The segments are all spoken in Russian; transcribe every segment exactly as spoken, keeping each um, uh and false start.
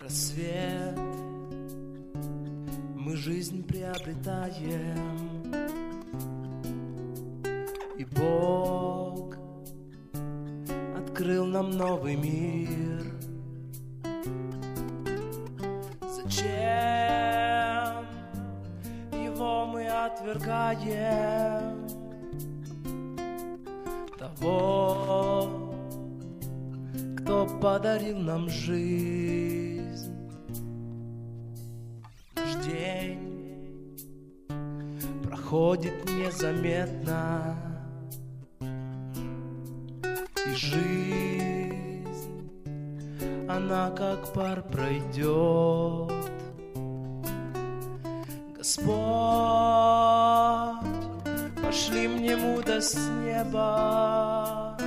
рассвет мы жизнь приобретаем, и Бог открыл нам новый мир. Зачем его мы отвергаем? Того, кто подарил нам жизнь. Наш день проходит незаметно, и жизнь, она как пар пройдет. Господь, пошли мне мудрость с неба,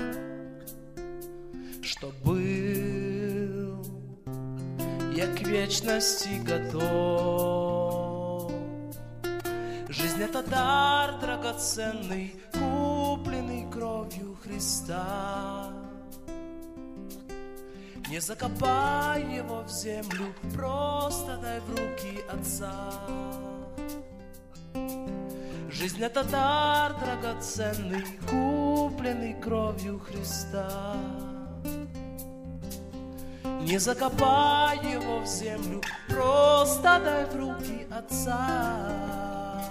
чтоб был я к вечности готов. Жизнь — это дар драгоценный, купленный кровью Христа. Не закопай его в землю, просто дай в руки Отца. Жизнь — это дар драгоценный, купленный кровью Христа. Не закопай его в землю, просто дай в руки Отца.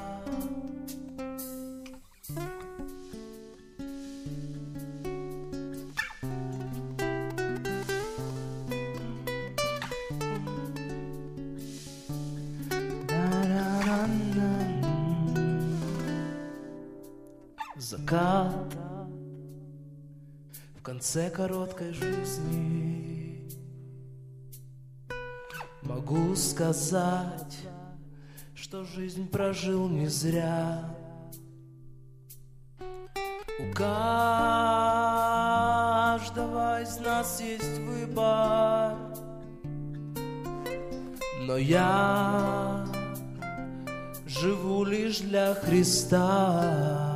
Закат в конце короткой жизни. Могу сказать, что жизнь прожил не зря. У каждого из нас есть выбор, но я живу лишь для Христа.